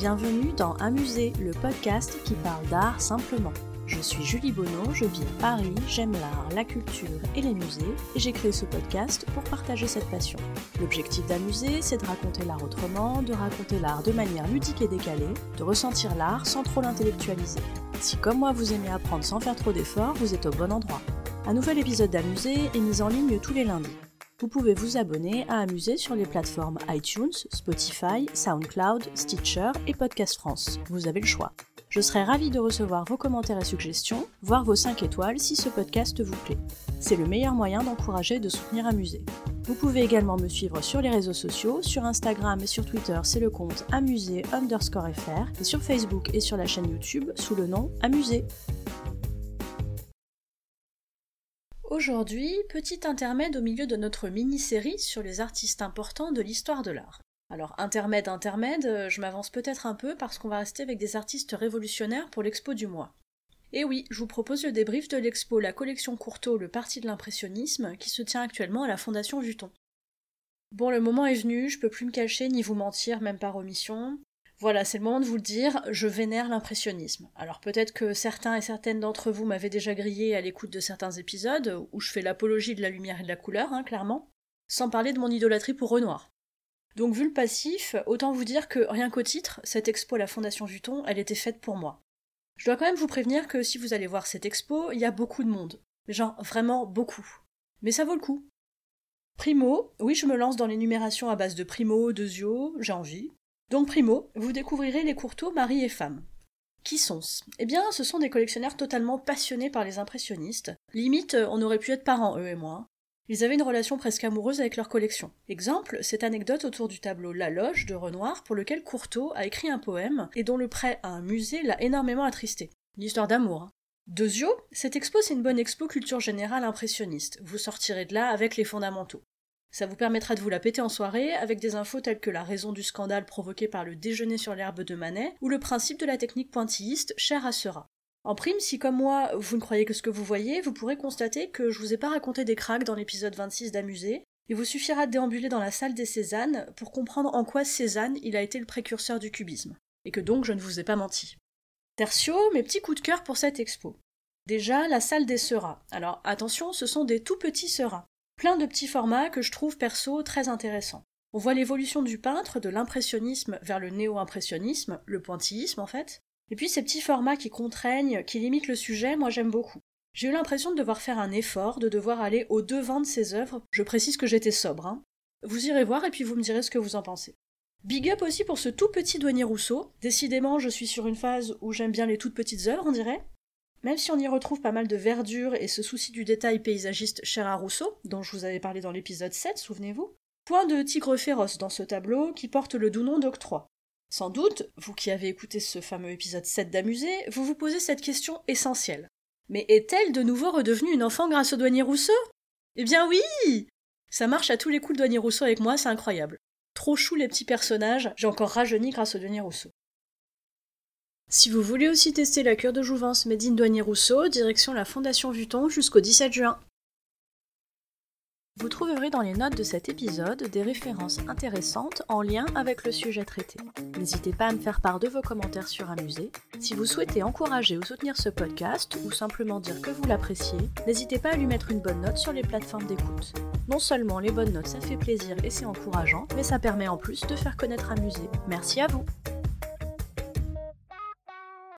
bienvenue dans Amusé, le podcast qui parle d'art simplement. Je suis Julie Bonneau, je vis à Paris, j'aime l'art, la culture et les musées, et j'ai créé ce podcast pour partager cette passion. L'objectif d'Amusé, c'est de raconter l'art autrement, de raconter l'art de manière ludique et décalée, de ressentir l'art sans trop l'intellectualiser. Si comme moi vous aimez apprendre sans faire trop d'efforts, vous êtes au bon endroit. Un nouvel épisode d'Amusé est mis en ligne tous les lundis. Vous pouvez vous abonner à Amusé sur les plateformes iTunes, Spotify, SoundCloud, Stitcher et Podcast France. Vous avez le choix. Je serai ravie de recevoir vos commentaires et suggestions, voire vos 5 étoiles si ce podcast vous plaît. C'est le meilleur moyen d'encourager et de soutenir Amusé. Vous pouvez également me suivre sur les réseaux sociaux, sur Instagram et sur Twitter c'est le compte amusé_fr et sur Facebook et sur la chaîne YouTube sous le nom Amusé. Aujourd'hui, petit intermède au milieu de notre mini-série sur les artistes importants de l'histoire de l'art. Alors intermède, je m'avance peut-être un peu parce qu'on va rester avec des artistes révolutionnaires pour l'expo du mois. Et oui, je vous propose le débrief de l'expo La collection Courtauld, le parti de l'impressionnisme, qui se tient actuellement à la Fondation Vuitton. Bon, le moment est venu, je peux plus me cacher ni vous mentir, même par omission. Voilà, c'est le moment de vous le dire, je vénère l'impressionnisme. Alors peut-être que certains et certaines d'entre vous m'avaient déjà grillé à l'écoute de certains épisodes, où je fais l'apologie de la lumière et de la couleur, clairement, sans parler de mon idolâtrie pour Renoir. Donc vu le passif, autant vous dire que rien qu'au titre, cette expo à la Fondation Vuitton, elle était faite pour moi. Je dois quand même vous prévenir que si vous allez voir cette expo, il y a beaucoup de monde. Genre vraiment beaucoup. Mais ça vaut le coup. Primo, oui je me lance dans l'énumération à base de Primo, de Zio, j'ai envie. Donc Primo, vous découvrirez les Courtauld mari et femme. Qui sont-ce ? Eh bien, ce sont des collectionneurs totalement passionnés par les impressionnistes. Limite, on aurait pu être parents, eux et moi. Ils avaient une relation presque amoureuse avec leur collection. Exemple, cette anecdote autour du tableau La Loge de Renoir pour lequel Courtauld a écrit un poème et dont le prêt à un musée l'a énormément attristé. Une histoire d'amour. De Zio, cette expo c'est une bonne expo culture générale impressionniste. Vous sortirez de là avec les fondamentaux. Ça vous permettra de vous la péter en soirée avec des infos telles que la raison du scandale provoqué par le déjeuner sur l'herbe de Manet ou le principe de la technique pointilliste chère à Seurat. En prime, si comme moi, vous ne croyez que ce que vous voyez, vous pourrez constater que je vous ai pas raconté des cracks dans l'épisode 26 d'Amusé. Il vous suffira de déambuler dans la salle des Cézanne pour comprendre en quoi Cézanne il a été le précurseur du cubisme. Et que donc je ne vous ai pas menti. Tertio, mes petits coups de cœur pour cette expo. Déjà, la salle des Seurat. Alors attention, ce sont des tout petits Seurat. Plein de petits formats que je trouve perso très intéressants. On voit l'évolution du peintre, de l'impressionnisme vers le néo-impressionnisme, le pointillisme en fait. Et puis ces petits formats qui contraignent, qui limitent le sujet, moi j'aime beaucoup. J'ai eu l'impression de devoir faire un effort, de devoir aller au-devant de ces œuvres. Je précise que j'étais sobre. Vous irez voir et puis vous me direz ce que vous en pensez. Big up aussi pour ce tout petit douanier Rousseau. Décidément, je suis sur une phase où j'aime bien les toutes petites œuvres, on dirait. Même si on y retrouve pas mal de verdure et ce souci du détail paysagiste cher à Rousseau, dont je vous avais parlé dans l'épisode 7, souvenez-vous. Point de tigre féroce dans ce tableau qui porte le doux nom d'Octroi. Sans doute, vous qui avez écouté ce fameux épisode 7 d'Amusé, vous vous posez cette question essentielle. Mais est-elle de nouveau redevenue une enfant grâce au douanier Rousseau ? Eh bien oui ! Ça marche à tous les coups le douanier Rousseau avec moi, c'est incroyable. Trop chou les petits personnages, j'ai encore rajeuni grâce au douanier Rousseau. Si vous voulez aussi tester la cure de jouvence made in douanier Rousseau, direction la Fondation Vuitton jusqu'au 17 juin. Vous trouverez dans les notes de cet épisode des références intéressantes en lien avec le sujet traité. N'hésitez pas à me faire part de vos commentaires sur Amusé. Si vous souhaitez encourager ou soutenir ce podcast, ou simplement dire que vous l'appréciez, n'hésitez pas à lui mettre une bonne note sur les plateformes d'écoute. Non seulement les bonnes notes ça fait plaisir et c'est encourageant, mais ça permet en plus de faire connaître Amusé. Merci à vous!